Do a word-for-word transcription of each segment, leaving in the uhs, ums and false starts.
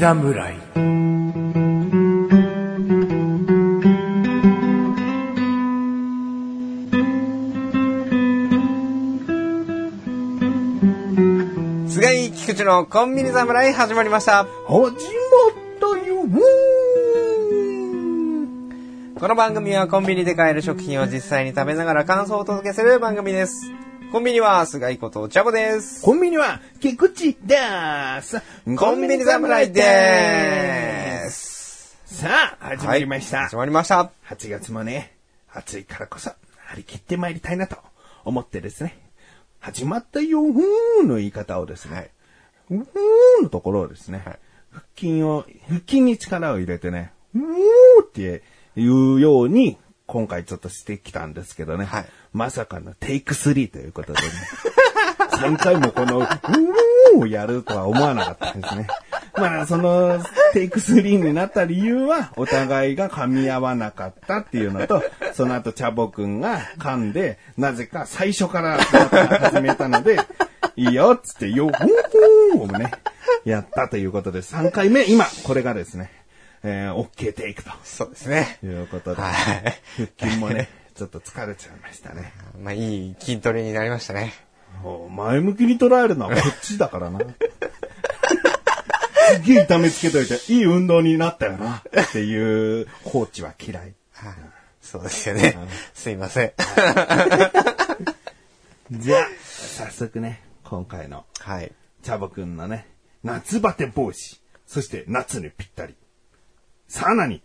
侍。 菅井菊池のコンビニ侍始まりました。 始まったよ。 この番組はコンビニで買える食品を実際に食べながら感想をお届けする番組です。コンビニは菅井ことチャボです。 コンビニは菊池です。 コンビニ侍です。 さあ、始まりました。 はい、始まりました。 はちがつもね、暑いからこそ張り切って参りたいなと思ってですね。始まったよーの言い方をですね、はい、うーのところをですね、はい、腹筋を、腹筋に力を入れてね、うーっていうように、今回ちょっとしてきたんですけどね、はい、まさかのテイクスリーということでね、さんかいもこのうーをやるとは思わなかったですね。まあ、そのテイクスリーになった理由は、お互いが噛み合わなかったっていうのと、その後チャボくんが噛んで、なぜか最初から始めたので、いいよっつってよ、うーをね、やったということで、さんかいめ、今、これがですね、えー、OK テイクと。 そうですね。 いうことで、はい、腹筋もね、ちょっと疲れちゃいましたね。 まあ、いい筋トレになりましたね。 前向きに捉えるのはこっちだからな。すげえ痛めつけといて、いい運動になったよな、っていうコーチは嫌い。 はい、そうですよね。すいません。 じゃあ、早速ね、今回の、はい、チャボくんのね、夏バテ防止、そして夏にぴったり。さあ何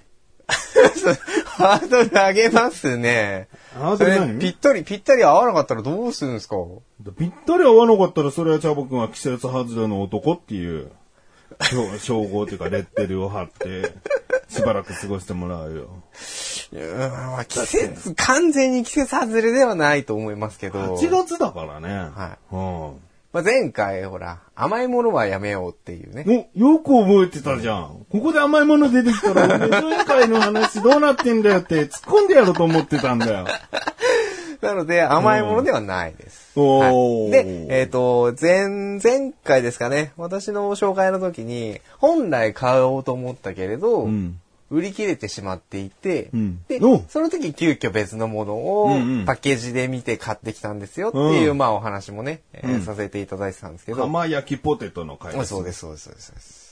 ハードル上げますね。 ハードル何？ ぴったり、ぴったり合わなかったらどうするんですか？ ぴったり合わなかったら、それはチャボくんは季節外れの男っていう、称号というかレッテルを貼って、しばらく過ごしてもらうよ。 いや、季節、完全に季節外れではないと思いますけど。 はちがつだからね。 はい。 うんまあ、前回、ほら、甘いものはやめようっていうね。 お、よく覚えてたじゃん。ここで甘いもの出てきたら、前回の話どうなってんだよって突っ込んでやろうと思ってたんだよ。 なので、甘いものではないです。 おはい、 ーで、えっ、ー、と、前、前回ですかね、私の紹介の時に、本来買おうと思ったけれど、うん売り切れてしまっていて、うん、で、その時急遽別のものをパッケージで見て買ってきたんですよっていう、うん、まあお話もね、えーうん、させていただいてたんですけど。 浜焼きポテトの回です。 そうです、そうです、そうです。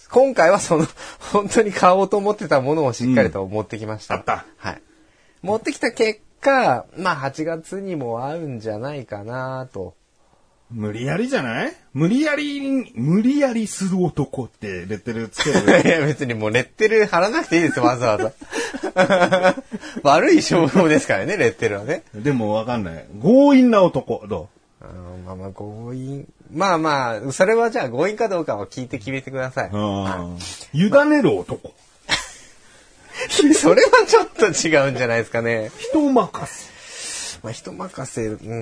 今回はその、本当に買おうと思ってたものをしっかりと持ってきました。 うん、あった。 はい。持ってきた結果、まあはちがつにも合うんじゃないかなと。 無理やりじゃない無理やり、無理やりする男ってレッテルつける。 いや別にもうレッテル貼らなくていいですよ、わざわざ。悪い称号ですからね、レッテルはね。 でもわかんない。強引な男、どうあまあまあ強引。まあまあ、それはじゃあ強引かどうかは聞いて決めてください。 委ねる男。 それはちょっと違うんじゃないですかね。 人任せ。 まあ人任せ、うん。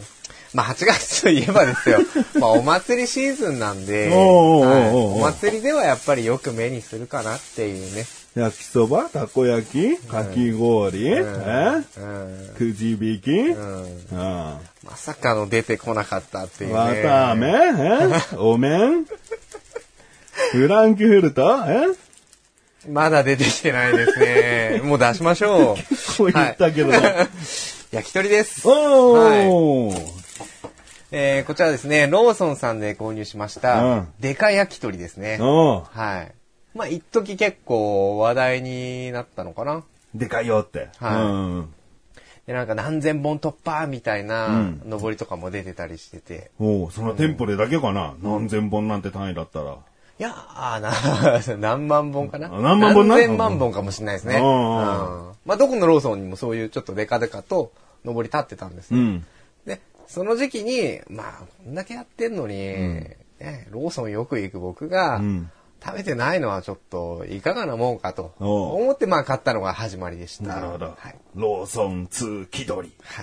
まあはちがつといえばですよ。まあお祭りシーズンなんで、お祭りではやっぱりよく目にするかなっていうね。 焼きそば、たこ焼き、かき氷、うん、え、うん、くじ引き、うんうん、 まさかの出てこなかったっていうね。 わたあめ、えお面フランクフルト、えまだ出てきてないですね。もう出しましょう。 結構言ったけど、はい、 焼き鳥です。 おー、はいえー、こちらですね、ローソンさんで購入しました、うん、デカ焼き鳥ですね。はい。まあ、一時結構話題になったのかな。 でかいよって。 はい。うん、で、なんか何千本突破みたいな上りとかも出てたりしてて。 うん、おその店舗でだけかな、うん、何千本なんて単位だったら。 いやあな何万本かな。 何万本な何千万本かもしれないですね。うん、まあ、どこのローソンにもそういうちょっとデカデカと上り立ってたんですね。うんでその時期に、まあ、こんだけやってんのに、うんね、ローソンよく行く僕が、うん、食べてないのはちょっといかがなもんかと思って、まあ、買ったのが始まりでした。 なるほど。はい、ローソンツー気取り。 はい。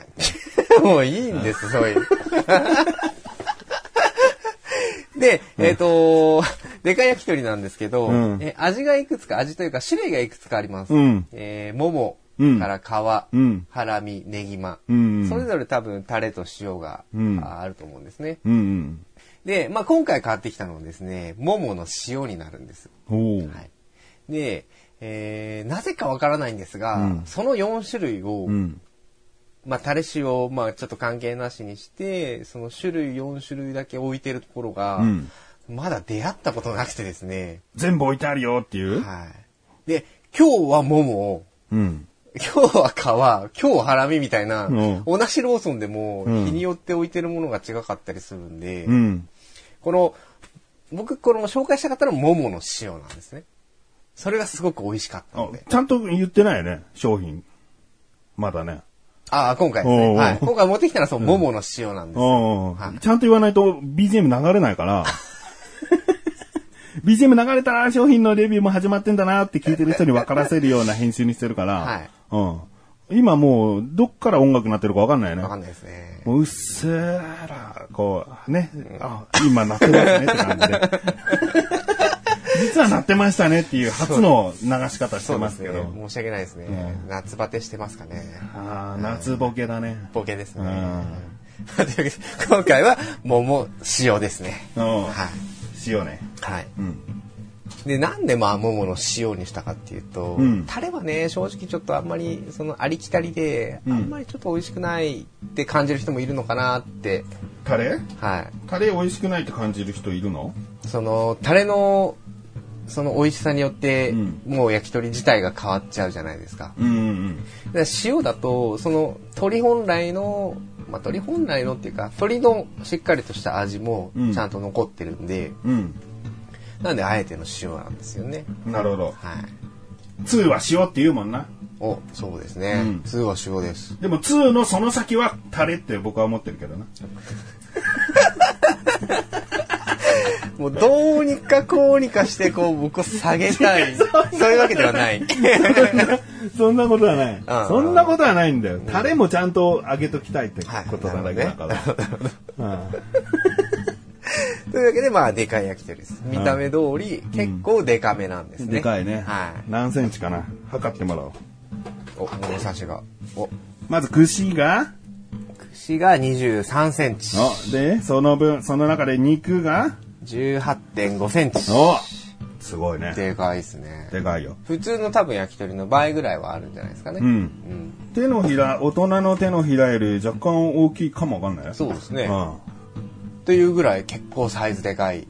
もういいんです、そういう。で、うん、えっ、ー、と、でか焼き鳥なんですけど、うん、え味がいくつか、味というか種類がいくつかあります。うん、えー、もも、 うん、 から皮、 うん、 ハラミ、ネギマ、 うんうん、 それぞれ多分タレと塩が、 うん、 あると思うんですね。 うんうん、 で、まあ、今回買ってきたのはですね、ももの塩になるんです。はい、で、えー、なぜかわからないんですが、うん、そのよん種類を、うん、まあ、タレ塩、まあ、ちょっと関係なしにして、その種類よん種類だけ置いてるところが、うん、まだ出会ったことなくてですね。 全部置いてあるよっていう？ はい。で、今日はもも、うん、今日は皮、今日はハラミみたいな、うん、同じローソンでも日によって置いてるものが違かったりするんで、うん、この、僕この紹介したかったのはももの塩なんですね。それがすごく美味しかったので。 ちゃんと言ってないよね、商品。まだね。 ああ、今回ですね。はい。今回持ってきたのはそのももの塩なんです、 はい。ちゃんと言わないと ビージーエム 流れないから。ビージーエム 流れたら商品のレビューも始まってんだなって聞いてる人に分からせるような編集にしてるから。はい。うん。今もう、どっから音楽鳴ってるか分かんないよね。 分かんないですね。 もううっすーら、こう、ね。うん、あ、今鳴ってますねって感じで。実は鳴ってましたねっていう初の流し方してますけど。 ね、申し訳ないですね、うん。夏バテしてますかね。 ああ、夏ボケだね。 ボケですね。うん、というわけで、今回は桃塩ですね。 はい。塩ね。 はい。うん。で、なんでまあ桃の塩にしたかっていうと、うん、タレはね、正直ちょっとあんまりそのありきたりで、うん、あんまりちょっと美味しくないって感じる人もいるのかなって。 タレ？ はい。 タレ美味しくないって感じる人いるの？ そのタレのその美味しさによって、うん、もう焼き鳥自体が変わっちゃうじゃないですか。うんうんうん、だ塩だとその鶏本来の、まあ、鶏本来のっていうか鶏のしっかりとした味もちゃんと残ってるんで、うん、なんであえての塩なんですよね。 なるほど。はい。ツーは塩って言うもんな。 お、そうですね。うん、ツーは塩です。 でもツーのその先はタレって僕は思ってるけどな。 もうどうにかこうにかしてこう僕を下げたいそういうわけではないそんなことはない、うん、そんなことはないんだよ、うん、タレもちゃんと揚げときたいってことなだけだから、はい、 というわけでまあでかい焼き鳥です。見た目通り、うん、結構でかめなんですね。 でかいね、はい、何センチかな測ってもらおう。 お、物差しがおまず串が串がにじゅうさんセンチでその分その中で肉がじゅうはってんごセンチ。 おすごいね。 でかいですね。 でかいよ。 普通の多分焼き鳥の倍ぐらいはあるんじゃないですかね。うん。うん、 手のひら、大人の手のひらより若干大きいかもわかんない。 そうですね。うん。というぐらい結構サイズでかい。うん。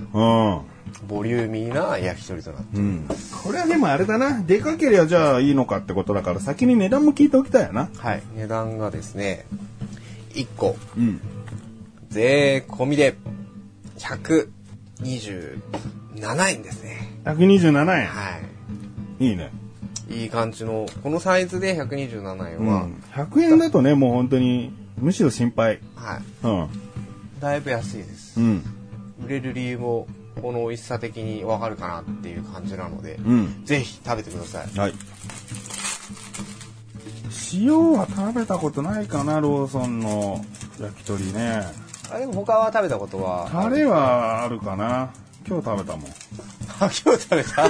ボリューミーな焼き鳥となってる、うん。 これはでもあれだな。でかければじゃあいいのかってことだから先に値段も聞いておきたいよな。 はい。値段がですね、いっこ。うん。税込みでひゃくにじゅうななえんですね。 ひゃくにじゅうななえん。 はい。 いいね。 いい感じのこのサイズでひゃくにじゅうななえんは、うん、 ひゃくえんだとねもう本当にむしろ心配。 はい。うん。だいぶ安いです。うん。売れる理由もこの美味しさ的にわかるかなっていう感じなので、うん、ぜひ食べてください。 はい。塩は食べたことないかなローソンの焼き鳥ね。 あでも他は食べたことはタレはあるかな。今日食べたもん。 あ今日食べた。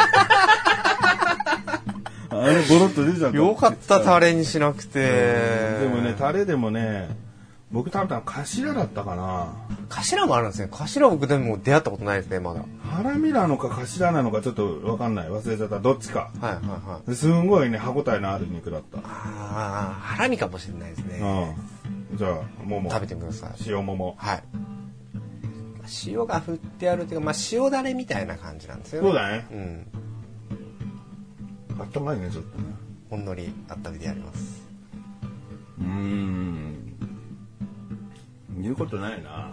あれボロッと出ちゃった。 よかったタレにしなくて。 でもねタレでもね僕食べたの頭だったかな。 頭もあるんですね。頭僕でも出会ったことないですねまだ。 ハラミなのか頭なのかちょっと分かんない忘れちゃったどっちか。 はいはいはい。 すんごいね歯ごたえのある肉だった。ああハラミかもしれないですね。 うん。じゃあ桃食べてみてください。 塩桃。 はい。塩が振ってあるっていうかまあ塩だれみたいな感じなんですよね。 そうだね。うん。あったかいねちょっとね。 ほんのり温めてやります。 うーん。言うことないな。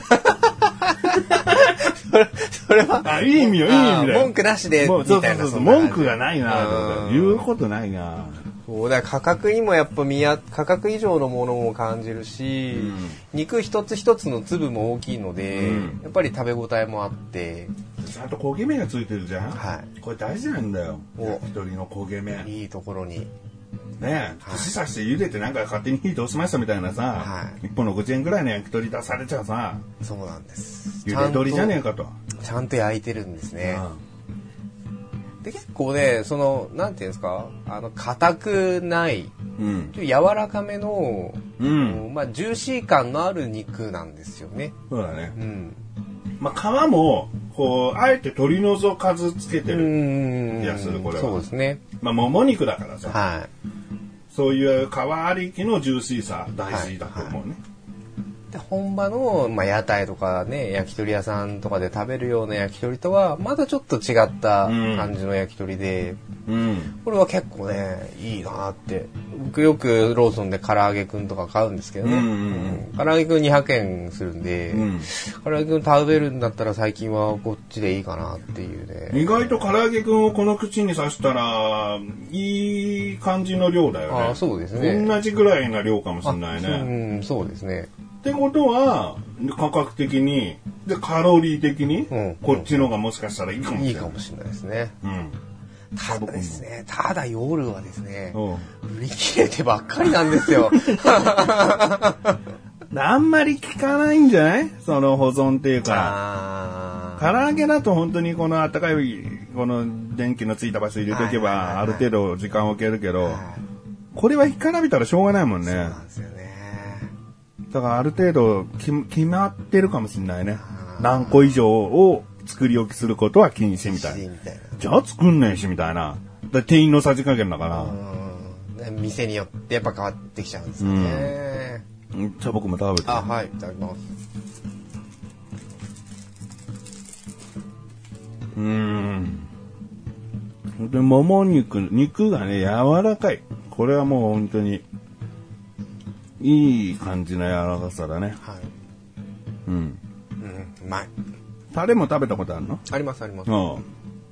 それ、それはあいい意味よいい意味だよ。 文句なしでみたいな。 そうそうそう文句がないな。言うことないな。 そうだから価格にもやっぱ見や価格以上のものも感じるし、うん、肉一つ一つの粒も大きいので、うん、やっぱり食べ応えもあってちゃんと焦げ目がついてるじゃん、 はい、 これ大事なんだよ焼き鳥の焦げ目いいところにねえ串刺して茹でてなんか勝手に火通しましたみたいなさ、はい、いっぽんろくじゅうえんぐらいの焼き鳥出されちゃうさそうなんです茹で鳥じゃねえかとちゃんと焼いてるんですね、 で、結構ね、その、なんていうんですか、あの、硬くない、 うん、 柔らかめの、うん、まあ、ジューシー感のある肉なんですよね。 そうだね。 うん。 まあ、皮も、こう、あえて取り除かずつけてる気がする、これは。 そうですね。 まあ、もも肉だからさ。 はい。 そういう皮ありきのジューシーさ、大事だと思うね。はいはい、 で本場の、まあ、屋台とかね、焼き鳥屋さんとかで食べるような焼き鳥とは、またちょっと違った感じの焼き鳥で、うん、これは結構ね、いいなって。僕よくローソンで唐揚げくんとか買うんですけどね。うんうんうん、唐揚げくんにひゃくえんするんで、うん、唐揚げくん食べるんだったら最近はこっちでいいかなっていうね。 意外と唐揚げくんをこの口に刺したら、いい感じの量だよね。 あ、そうですね。 同じぐらいな量かもしれないね。 うん、そうですね。 ってことは、価格的に、で、カロリー的に、うん、こっちのがもしかしたらいいかもしれない。 いいかもしれないですね。うん。ただですね、ただ夜はですね、売り切れてばっかりなんですよ。 あんまり効かないんじゃないその保存っていうか。唐揚げだと本当にこの温かい、この電気のついた場所入れておけば、ある程度時間を置けるけど、これは干からびたらしょうがないもんね。そうなんですよね。だからある程度決まってるかもしれないね。何個以上を作り置きすることは禁止みたいな。じゃあ作んねえしみたいな。だ店員のさじ加減だから。 店によってやっぱ変わってきちゃうんですよね。 うん、じゃあ僕も食べて。 あ、はい、いただきます。 うーん。で、もも肉、肉がね、柔らかい。これはもう本当に、いい感じの柔らかさだね。はい。うん。うん、 うまい。 タレも食べたことあるの？ ありますあります。 うん。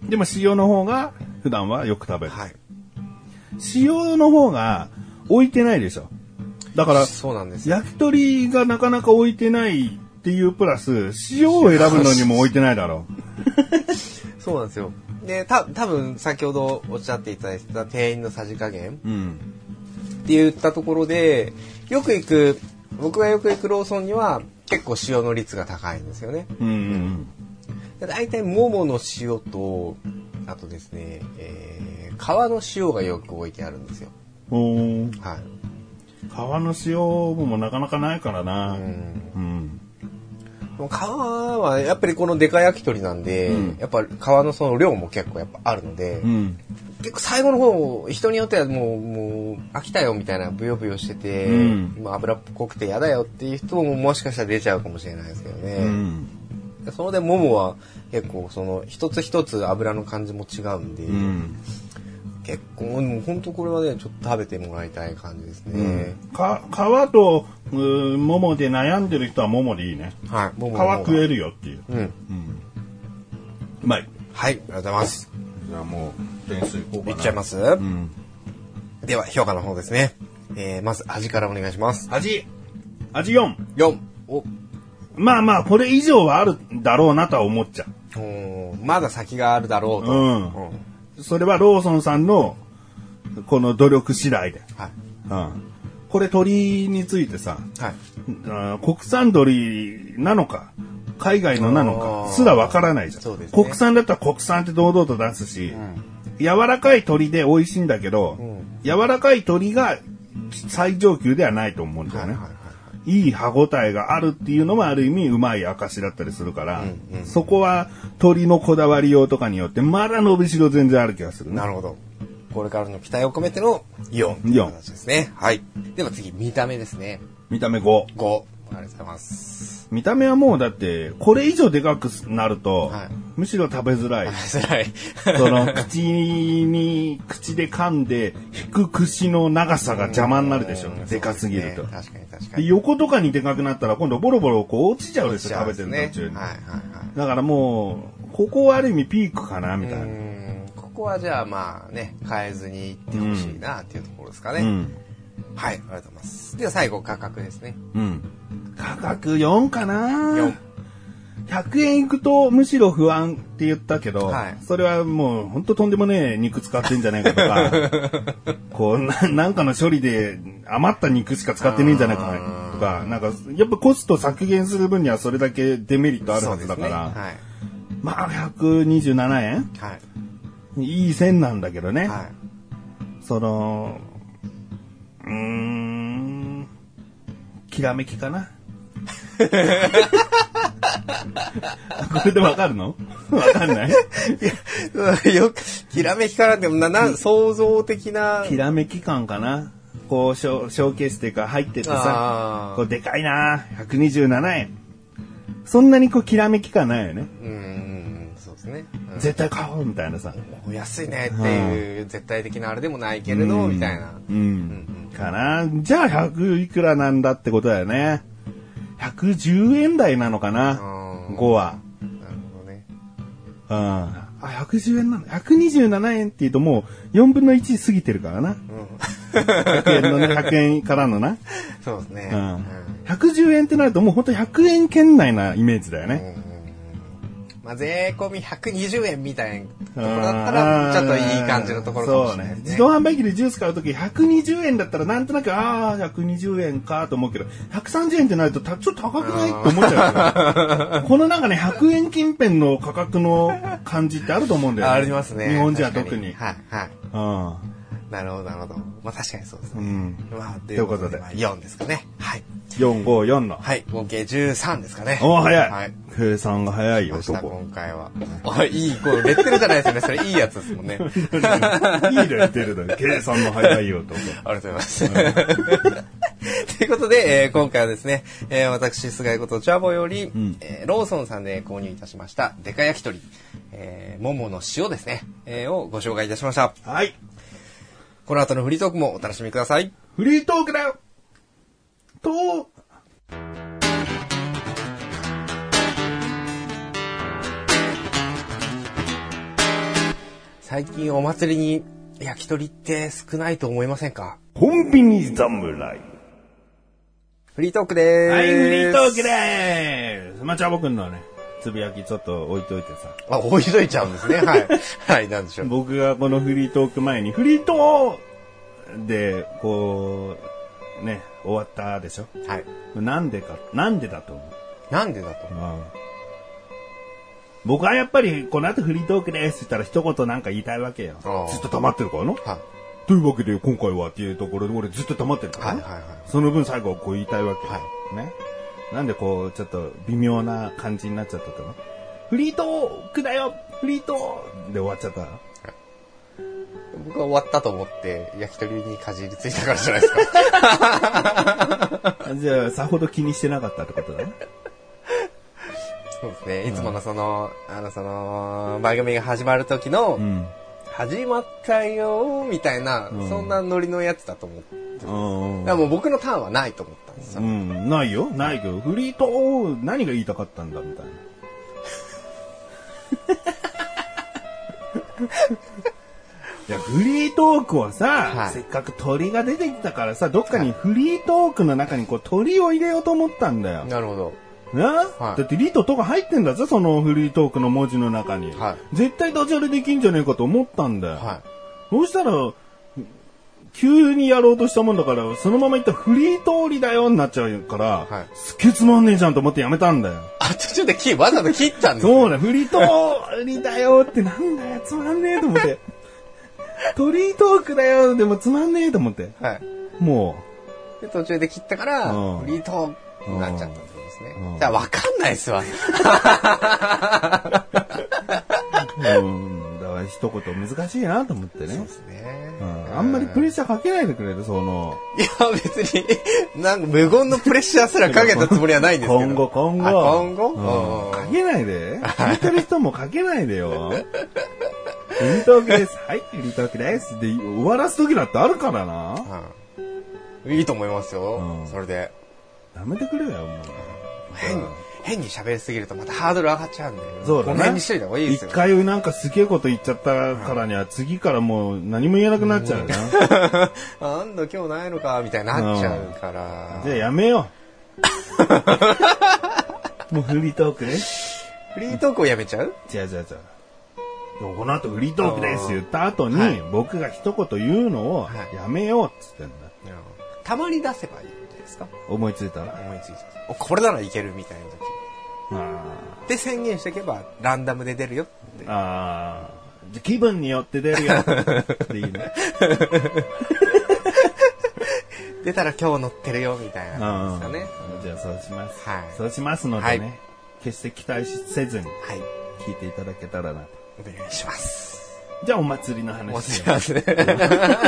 でも塩の方が普段はよく食べる。はい。塩の方が置いてないでしょ。だから、 そうなんですよ。 焼き鳥がなかなか置いてないっていうプラス、塩を選ぶのにも置いてないだろう。そうなんですよ。で、た、多分先ほどおっしゃっていただいた店員のさじ加減、うん、って言ったところで、よく行く、僕がよく行くローソンには結構塩の率が高いんですよね。うんうんうん、だいたいももの塩と、あとですね、えー、皮の塩がよく置いてあるんですよ。 おはい。皮の塩もなかなかないからな。うん。うん、 皮はやっぱりこのデカ焼き鳥なんで、うん、やっぱ皮のその量も結構やっぱあるので、うん、結構最後の方人によってはもうもう飽きたよみたいなブヨブヨしてて、うん、もう脂っこくて嫌だよっていう人ももしかしたら出ちゃうかもしれないですけどね。うん、そのでももは結構その一つ一つ油の感じも違うんで。うん結構、もう本当これはね、ちょっと食べてもらいたい感じですね。 うん、か皮とももで悩んでる人はももでいいね。はい。もも皮食えるよっていう。うん。うん。うまい。 はい、ありがとうございます。 じゃあもう、点数いこうかな。 いっちゃいます、うん、では、評価の方ですね。えー、まず味からお願いします。 味味よん。 よん。お。 まあまあ、これ以上はあるだろうなとは思っちゃう。 おまだ先があるだろうと。うん。うんそれはローソンさんのこの努力次第で。はいうん、これ鳥についてさ、はい、国産鳥なのか海外のなのかすらわからないじゃん、そうですね、国産だったら国産って堂々と出すし、うん、柔らかい鳥で美味しいんだけど、うん、柔らかい鳥が最上級ではないと思うんだよね。はいはいいい歯ごたえがあるっていうのもある意味うまい証だったりするから、うんうん、そこは鳥のこだわりようとかによってまだ伸びしろ全然ある気がする、ね、 なるほど。これからの期待を込めてのよん。よん。ですね。はい。では次、見た目ですね。 見た目ご。 ご。ありがとうございます。 見た目はもうだって、これ以上でかくなると、はい、むしろ食べづらい。 食べづらい。 その、口に、口で噛んで、引く串の長さが邪魔になるでしょ。でかすぎると。ね、確かに確かに。横とかにでかくなったら、今度ボロボロこう落ちちゃうでしょ、食べてる途中に。はいはいはい。だからもう、ここはある意味ピークかな、みたいな。 ここはじゃあまあね、変えずにいってほしいな、っていうところですかね。うんはい、ありがとうございます。では最後、価格ですね。 うん。価格よんかな ?よん。ひゃくえんいくとむしろ不安って言ったけど、はい、それはもう本当とんでもねえ肉使ってんじゃないかとか、こうな、なんかの処理で余った肉しか使ってねえんじゃないかとか、なんかやっぱコスト削減する分にはそれだけデメリットあるはずだから、ねはい、まあひゃくにじゅうななえん、はい、 いい線なんだけどね。 はい。 その、うーん、きらめきかな。これでわかるの？わかんない？いや、よく、きらめきからでもな、な、創造的な。 きらめき感かな。こう、ショー、ショーケースっていうか入っててさ、こうでかいな、ひゃくにじゅうななえん。そんなにこう、きらめき感ないよね。 うん、そうですね。 うん、絶対買おうみたいなさ。 安いねっていう、絶対的なあれでもないけれど、うん、みたいな。 うん。うん、かな。じゃあひゃくいくらなんだってことだよね。ひゃくじゅうえん台なのかな、ごは。 なるほどね。 うん。あ、ひゃくじゅうえんなの ?ひゃくにじゅうななえんって言うともうよんぶんのいち過ぎてるからな。うん、ひゃくえんのね、ひゃくえんからのな。 そうですね。 うん。ひゃくじゅうえんってなるともうほんとひゃくえん圏内なイメージだよね。 うん、まあ、税込みひゃくにじゅうえんみたいなところだったら、ちょっといい感じのところかもしれないですね。そうね。自動販売機でジュース買うときひゃくにじゅうえんだったらなんとなく、ああ、ひゃくにじゅうえんかと思うけど、ひゃくさんじゅうえんってなるとちょっと高くないって思っちゃうから。このなんかね、ひゃくえん近辺の価格の感じってあると思うんだよね。ありますね。 日本人は特に。 はい、はい。うん。なるほど、なるほど。まあ確かにそうですね。うん。まあ、ということで。よんですかね。はい。 よん、ご、よんの。 はい。合計じゅうさんですかね。 おー、早い。はい。計算が早いよ、 今回は。あ、いい、これ、レッテルじゃないですよね。それいいやつですもんね。いいレッテルだ。計算の早いよ、と。 ありがとうございます。ということで、えー、今回はですね、えー、私、菅井ことチャボより、うんえー、ローソンさんで購入いたしました、デカ焼き鳥、えー、桃の塩ですね、えー、をご紹介いたしました。 はい。 この後のフリートークもお楽しみください。 フリートークだよと、 最近お祭りに焼き鳥って少ないと思いませんか？ コンビニ侍。 フリートークでーす。 はい、フリートークでーす。まあ、チャボくんのね、つぶやきちょっと置いといてさ。 あ、置いといちゃうんですね。はい。はい、なんでしょう。 僕がこのフリートーク前に、フリートーで、こう、ね、終わったでしょ？ はい。 なんでか、なんでだと思う？ なんでだと思う？ うん、僕はやっぱり、この後フリートークですって言ったら一言なんか言いたいわけよ。ずっと黙ってるからの、はい、というわけで今回はっていうところで俺ずっと黙ってるから、はいはいはい、その分最後こう言いたいわけよ。はい、ね。なんでこう、ちょっと微妙な感じになっちゃったの？フリートークだよフリートーで終わっちゃった。 僕は終わったと思って焼き鳥にかじりついたからじゃないですか。 じゃあさほど気にしてなかったってことだね。 そうですね。いつものその、うん、あのその番組が始まる時の、うん、始まったよみたいな、うん、そんなノリのやつだと思って、うん、だからもう僕のターンはないと思ったんですよ。 うん、ないよ、ないけどフリートー何が言いたかったんだみたいな。いやフリートークはさ、はい、せっかく鳥が出てきたからさ、どっかにフリートークの中にこう鳥を入れようと思ったんだよ。 なるほど。 な、はい、だってリととが入ってんだぞ、そのフリートークの文字の中に。はい、絶対ダジャレできんじゃねえかと思ったんだよ。はい、そうしたら、急にやろうとしたもんだから、そのまま言ったらフリートーリだよになっちゃうから、はい、すっげえつまんねえじゃんと思ってやめたんだよ。 あ、途中で切、わざと切ったんですよ。そうだ、フリートーリだよってなんだよ、つまんねえと思って。トリートークだよ、でもつまんねえと思って。はい。もう。で、途中で切ったから、うん、フリートークになっちゃったんですね。うん、じゃあ分かんないっすわ。 うん、だから一言難しいなと思ってね。そうですね。うん、あんまりプレッシャーかけないでくれる、その。 いや、別に、なんか無言のプレッシャーすらかけたつもりはないんですけど。 今後、今後。 今後、 うん、かけないで。聞いてる人もかけないでよ。フリートークです。はい、フリートークです。で、終わらす時だってあるからな。 うん、いいと思いますよ。うん、それで。 やめてくれよ、もう。 変に、変に喋りすぎるとまたハードル上がっちゃうんで。そうだね。この辺にしといた方がいいですよ。 一回なんかすげえこと言っちゃったからには、次からもう何も言えなくなっちゃうよな。 あんの今日ないのかみたいになっちゃうから。 じゃあやめよう。もうフリートークね。 フリートークをやめちゃう？ 違う違う違う。この後フリートークです言った後に、はい、僕が一言言うのをやめようっつってんだ。 たまに出せばいいんですか？ 思いついたら。 思いついたら。これならいけるみたいな時。あで宣言しておけばランダムで出るよって。 ああ。 気分によって出るよっていうね。 出たら今日乗ってるよみたいな感じですかね。 じゃあそうします。 はい。 そうしますのでね、はい、決して期待せずに聞いていただけたらなと。 お願いします。 じゃあお祭りの話。 お祭りですね。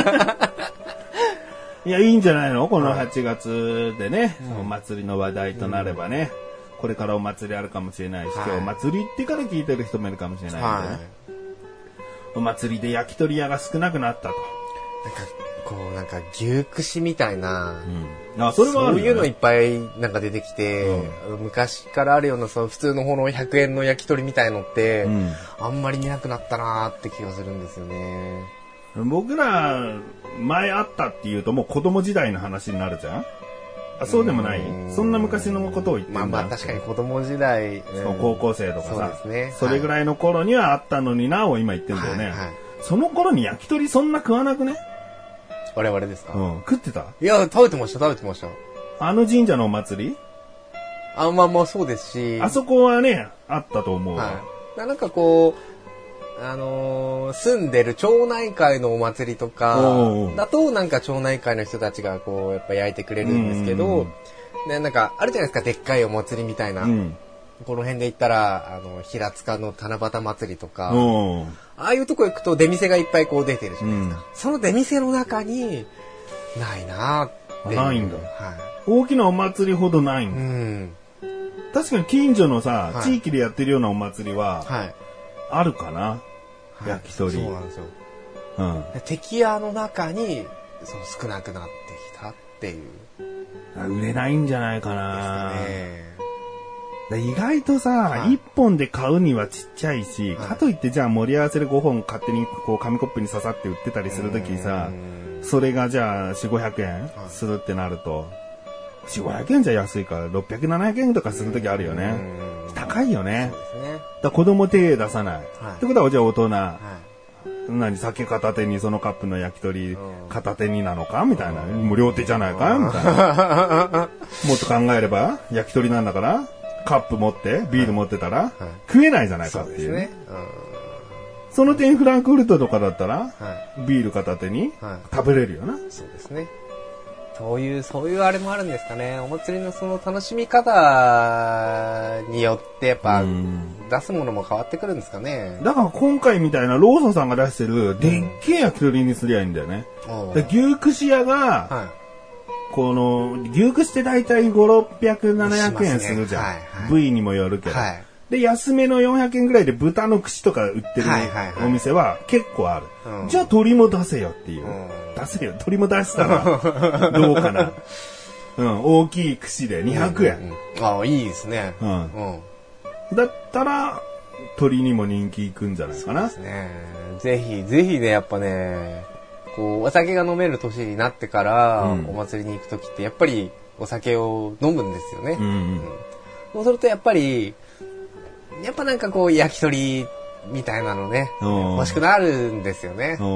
いや、いいんじゃないのこのはちがつでね、はい、お祭りの話題となればね、うん、これからお祭りあるかもしれないし、はい、今日お祭り行ってから聞いてる人もいるかもしれないんでね。はい、お祭りで焼き鳥屋が少なくなったと。 なんかこうなんか牛串みたいな、 うん、あそれはあるよね、 そういうのいっぱいなんか出てきて、うん、昔からあるようなその普通の方のひゃくえんの焼き鳥みたいのって、うん、あんまり見なくなったなーって気がするんですよね。 僕ら前あったっていうともう子供時代の話になるじゃん。あ、そうでもない。そんな昔のことを言ってんだ。 まあまあ確かに子供時代、 そう高校生とかさ、 そうですね、 それぐらいの頃にはあったのになを今言ってんだよね、はいはい、その頃に焼き鳥そんな食わなくね。 我々ですか？ うん。食ってた？ いや、食べてました、食べてました。 あの神社のお祭り？ あ、まあまあそうですし。 あそこはね、あったと思う。 はい。なんかこう、あのー、住んでる町内会のお祭りとか、だとなんか町内会の人たちがこう、やっぱ焼いてくれるんですけど、で、なんかあるじゃないですか、でっかいお祭りみたいな。うん、この辺で行ったら、あの、平塚の七夕祭りとか、ああいうとこ行くと出店がいっぱいこう出てるじゃないですか。うん、その出店の中に、ないなっていう。 ないんだ。 はい。 大きなお祭りほどないんだ。うん、確かに近所のさ、はい、地域でやってるようなお祭りは、はい、あるかな、はい、焼き鳥。 そうなんですよ。うん。敵屋の中に、その少なくなってきたっていう。 売れないんじゃないかな。ですね。意外とさ、はい、いっぽんで買うにはちっちゃいし、はい、かといってじゃあ盛り合わせでごほん勝手にこう紙コップに刺さって売ってたりするときにさ、それがじゃあよんひゃくごひゃくえんするってなると、よんひゃくごひゃくえんじゃ安いからろっぴゃくななひゃくえんとかするときあるよね。高いよね。そうですね。だから子供手出さない。はい、ってことはじゃあ大人、はい、何酒片手にそのカップの焼き鳥片手になのかみたいな。もう両手じゃないかみたいな。もっと考えれば焼き鳥なんだから、カップ持ってビール持ってたら、はい、食えないじゃないかっていう。そうですね。うん、その点フランクフルトとかだったら、はい、ビール片手に食べれるよな。はい、 そうですね。そういうそういうあれもあるんですかね。お祭りのその楽しみ方によってやっぱ出すものも変わってくるんですかね。 だから今回みたいなローソンさんが出してるでっけえ焼き鳥にすりゃいいんだよね。うん、牛串屋が、はい、この牛串って大体ごひゃくろっぴゃくななひゃくえんするじゃん、ね、はいはい、部位にもよるけど、はい、で安めのよんひゃくえんぐらいで豚の串とか売ってるお店は結構ある、はいはいはい、じゃあ鶏も出せよっていう、うん、出せよ鶏も出したらどうかな、うん、大きい串でにひゃくえん、うんうんうん、ああいいですね、うん、 うん、だったら鶏にも人気いくんじゃないかな。 そうですね。ぜひぜひね、やっぱね、こうお酒が飲める年になってから、うん、お祭りに行くときってやっぱりお酒を飲むんですよね、うんうんうん、そうするとやっぱりやっぱなんかこう焼き鳥みたいなのね欲しくなるんですよね、うん、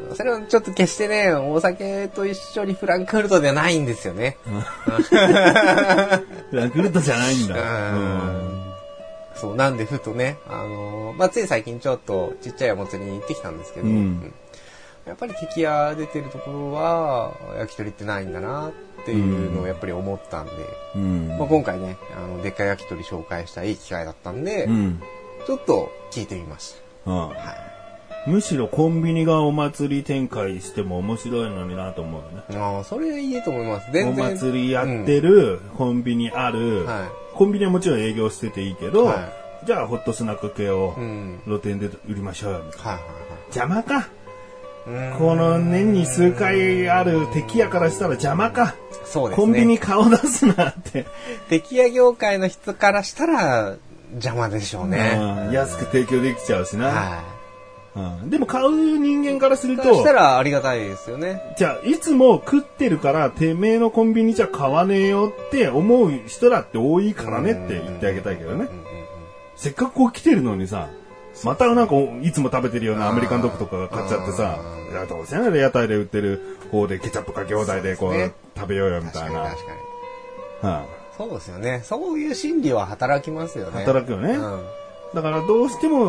それはちょっと決してねお酒と一緒にフランクフルトではないんですよねフランクフルトじゃないんだ、うんうんそうなんでふとね、あのーまあ、つい最近ちょっとちっちゃいお祭りに行ってきたんですけど、うん、やっぱり敵屋出てるところは焼き鳥ってないんだなっていうのをやっぱり思ったんで、うんまあ、今回ねあのでっかい焼き鳥紹介したいい機会だったんで、うん、ちょっと聞いてみました、ああ、はい、 むしろコンビニがお祭り展開しても面白いのになと思うよね。 ああ、それいいと思います。全然お祭りやってる、うん、コンビニある、はい、コンビニはもちろん営業してていいけど、はい、じゃあホットスナック系を露店で売りましょうよみたいな、はいはいはい、邪魔か。この年に数回ある敵屋からしたら邪魔か。そうですね。コンビニ顔出すなって。 敵屋業界の人からしたら邪魔でしょうね。 うん、安く提供できちゃうしな。はい、うん。でも買う人間からすると。そしたらありがたいですよね。 じゃあいつも食ってるからてめえのコンビニじゃ買わねえよって思う人だって多いからねって言ってあげたいけどね。せっかくこう来てるのにさ。またなんかいつも食べてるようなアメリカンドッグとか買っちゃってさ、いやどうせなら屋台で売ってる方でケチャップかけ放題でこう、ね、食べようよみたいな。確かに確かに、 はあ、そうですよね。そういう心理は働きますよね。 働くよね、うん、だからどうしても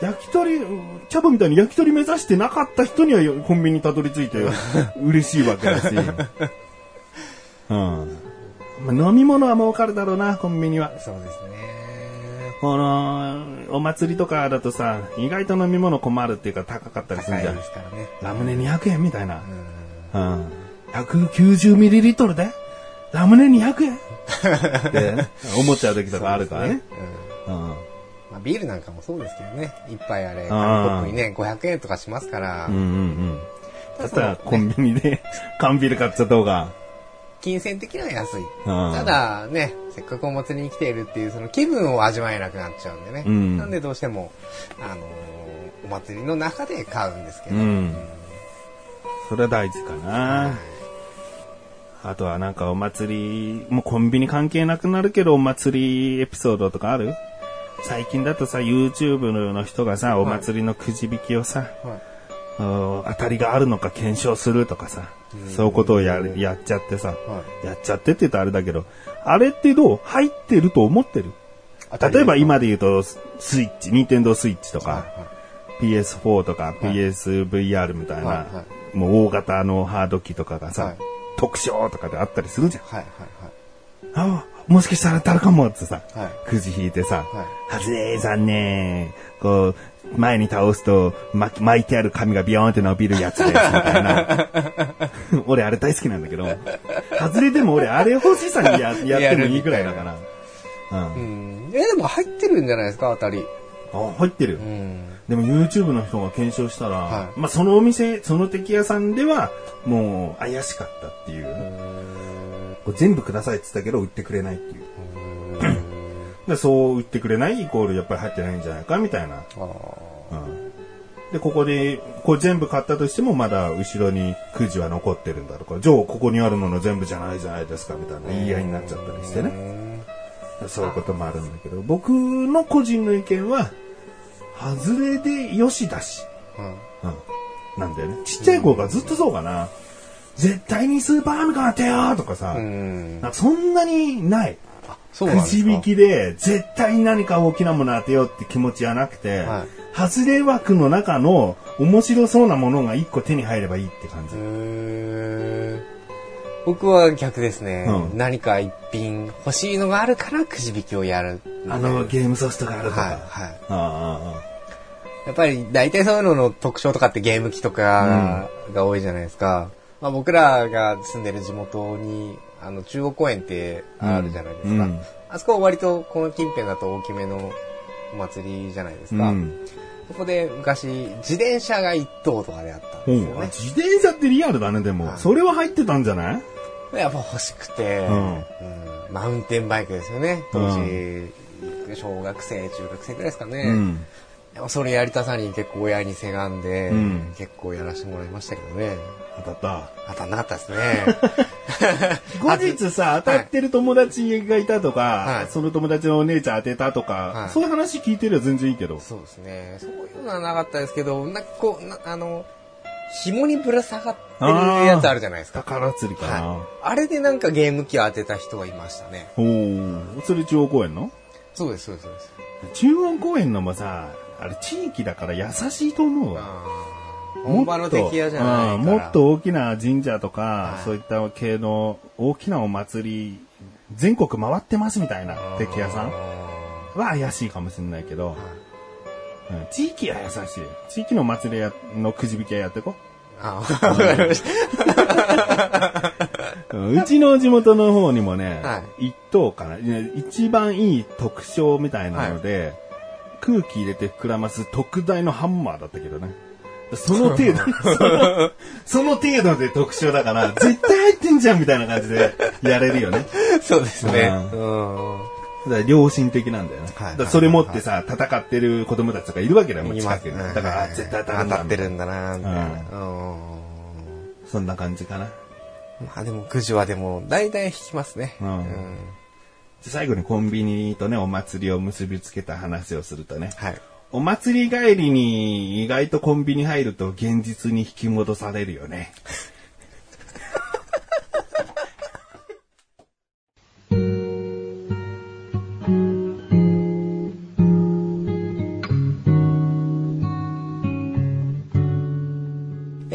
焼き鳥、チャボみたいに焼き鳥目指してなかった人にはコンビニにたどり着いて嬉しいわけだし。うん。まあ、飲み物は儲かるだろうな、コンビニは。 そうですね。 この、お祭りとかだとさ、意外と飲み物困るっていうか高かったりするじゃん。 高いですからね。 ラムネにひゃくえんみたいな。うん。うん、ひゃくきゅうじゅうミリリットル でラムネにひゃくえんって思っちゃう時とかあるからね。うん。うん、 まあ、ビールなんかもそうですけどね。一杯あれ、紙コップにね、ごひゃくえんとかしますから。 うんうんうん。だったらコンビニで缶ビール買っちゃった方が。 金銭的には安い。ただね、せっかくお祭りに来ているっていうその気分を味わえなくなっちゃうんでね。うん、なんでどうしても、あのー、お祭りの中で買うんですけど。うん、 それは大事かな。はい、あとはなんかお祭り、もうコンビニ関係なくなるけどお祭りエピソードとかある？最近だとさ、YouTube の人がさ、お祭りのくじ引きをさ、はいはい、当たりがあるのか検証するとかさ、そういうことをやる、やっちゃってさ、はい、やっちゃってって言うとあれだけど、あれってどう？入ってると思ってる？例えば今で言うと、スイッチ、ニンテンドースイッチとか、はいはい、ピーエスフォー とか、はい、ピーエスブイアール みたいな、はいはい、もう大型のハード機とかがさ、はい、特賞とかであったりするじゃん。はいはいはい、あ、もしかしたら当たるかもってさ、はい、くじ引いてさ、はい、はずれー残念。こう、前に倒すと、ま、巻いてある紙がビヨーンって伸びるやつです、みたいな。俺あれ大好きなんだけど、外れでも俺あれ欲しさに や, やってもいいくらいだから。うん。 うん。え、でも入ってるんじゃないですか、当たり。 あ、入ってる。うん。でも YouTube の人が検証したら、はい、まあそのお店、その敵屋さんでは、もう怪しかったっていう。これ全部くださいって言ったけど売ってくれないっていう。でそう売ってくれないイコールやっぱり入ってないんじゃないかみたいな。うん、でここでこう全部買ったとしてもまだ後ろにくじは残ってるんだとか、じゃあここにあるもの全部じゃないじゃないですかみたいな言い合いになっちゃったりしてね。そういうこともあるんだけど、僕の個人の意見は外れでよしだし、うんうん、なんだよね。ちっちゃい子がずっとそうかな。絶対にスーパーファミコン当てようとかさ、うんなんかそんなにない。くじ引きで絶対に何か大きなもの当てようって気持ちはなくて、はい、外れ枠の中の面白そうなものが一個手に入ればいいって感じ。 へ僕は逆ですね、うん、何か一品欲しいのがあるからくじ引きをやる。 あのゲームソフトがあるとか。はいはい、 あやっぱり大体そういうのの特徴とかってゲーム機とかが多いじゃないですか。まあ、僕らが住んでる地元にあの中央公園ってあるじゃないですか、うんうん、あそこは割とこの近辺だと大きめのお祭りじゃないですか、うん、そこで昔自転車が一頭とかであったんですよね。 自転車ってリアルだね。でも、はい、それは入ってたんじゃない？ やっぱ欲しくて、うんうん、マウンテンバイクですよね当時、うん、小学生中学生くらいですかね、うんそれやりたさに結構親にせがんで、うん、結構やらせてもらいましたけどね。 当たった。 当たんなかったですね。 後日さ、当たってる友達がいたとか、はい、その友達のお姉ちゃん当てたとか、はい、そういう話聞いてるよ全然いいけど。 そうですね。そういうのはなかったですけど、なんかこう、なあの、紐にぶら下がってるやつあるじゃないですか。 宝釣りかな、 はい。あれでなんかゲーム機を当てた人がいましたね。 おー。それ中央公園の？ そうです、そうです、そうです。 中央公園のもさ、あれ地域だから優しいと思うわ。 本場の敵屋じゃないから。 もっと大きな神社とか、はい、そういった系の大きなお祭り、全国回ってますみたいな敵屋さんは怪しいかもしれないけど、はいうん、地域は優しい。地域の祭りのくじ引きはやっていこう。あわかりました。うちの地元の方にもね、はい、一等かな、一番いい特賞みたいなので、はい空気入れて膨らます特大のハンマーだったけどね。その程度、その、その程度で特徴だから、絶対入ってんじゃんみたいな感じでやれるよね。 そうですね。 うん。だから良心的なんだよね。はい、だからそれ持ってさ、戦ってる子供たちとかいるわけだよ、もう近くに。だから、絶対当たるんだ。 当たってるんだな、みたいな。うん。 そんな感じかな。 まあでも、くじはでも、大体引きますね。うん。うん最後にコンビニとね、お祭りを結びつけた話をするとね。 はい。 お祭り帰りに意外とコンビニ入ると現実に引き戻されるよね。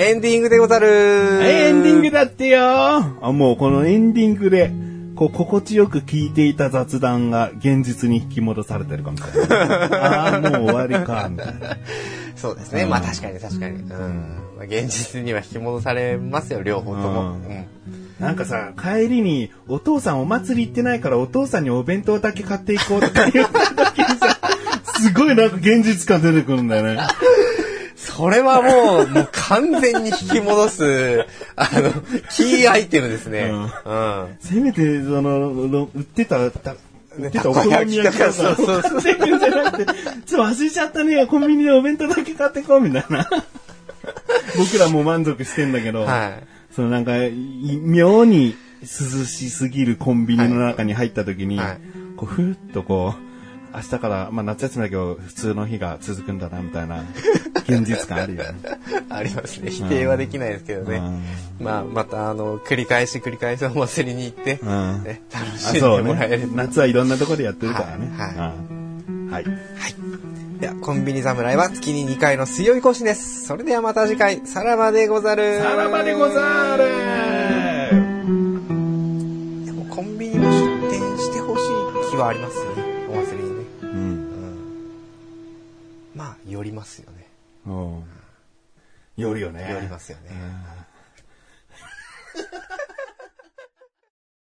エンディングでござる。 エンディングだってよ。あ、もうこのエンディングで、こう、心地よく聞いていた雑談が現実に引き戻されてるかもしれない。ああ、もう終わりか、みたいな。 そうですね。まあ確かに確かに。うん。まあ、現実には引き戻されますよ、両方とも。うん。 なんかさ、帰りに、お父さんお祭り行ってないからお父さんにお弁当だけ買っていこうとか言った時にさ、すごいなんか現実感出てくるんだよね。 それはもう、もう完全に引き戻す、あの、キーアイテムですね。うん。うん、 せめて、その、売ってた、売ってたお好み焼きとか、 そうそうそう。 じゃなくて、ちょっと忘れちゃったね、コンビニでお弁当だけ買ってこう、みたいな。僕らも満足してんだけど、はい、そのなんか、妙に涼しすぎるコンビニの中に入った時に、はい、こう、ふーっとこう、明日から、まあ夏休みだけど普通の日が続くんだな、みたいな、現実感あるよね。 ありますね。否定はできないですけどね。うん、まあ、また、あの、繰り返し繰り返しお祭りに行って、うん、ね、楽しんでもらえる、 ね。夏はいろんなところでやってるからね。はい。はい。 はい。はい。では、コンビニ侍は月ににかいの水曜日更新です。それではまた次回、さらばでござる。 さらばでござる。 でも、コンビニも出店してほしい気はありますよね。お祭りにね。うん。うん、まあ、寄りますよね。 うん。寄るよね。 寄りますよね。うん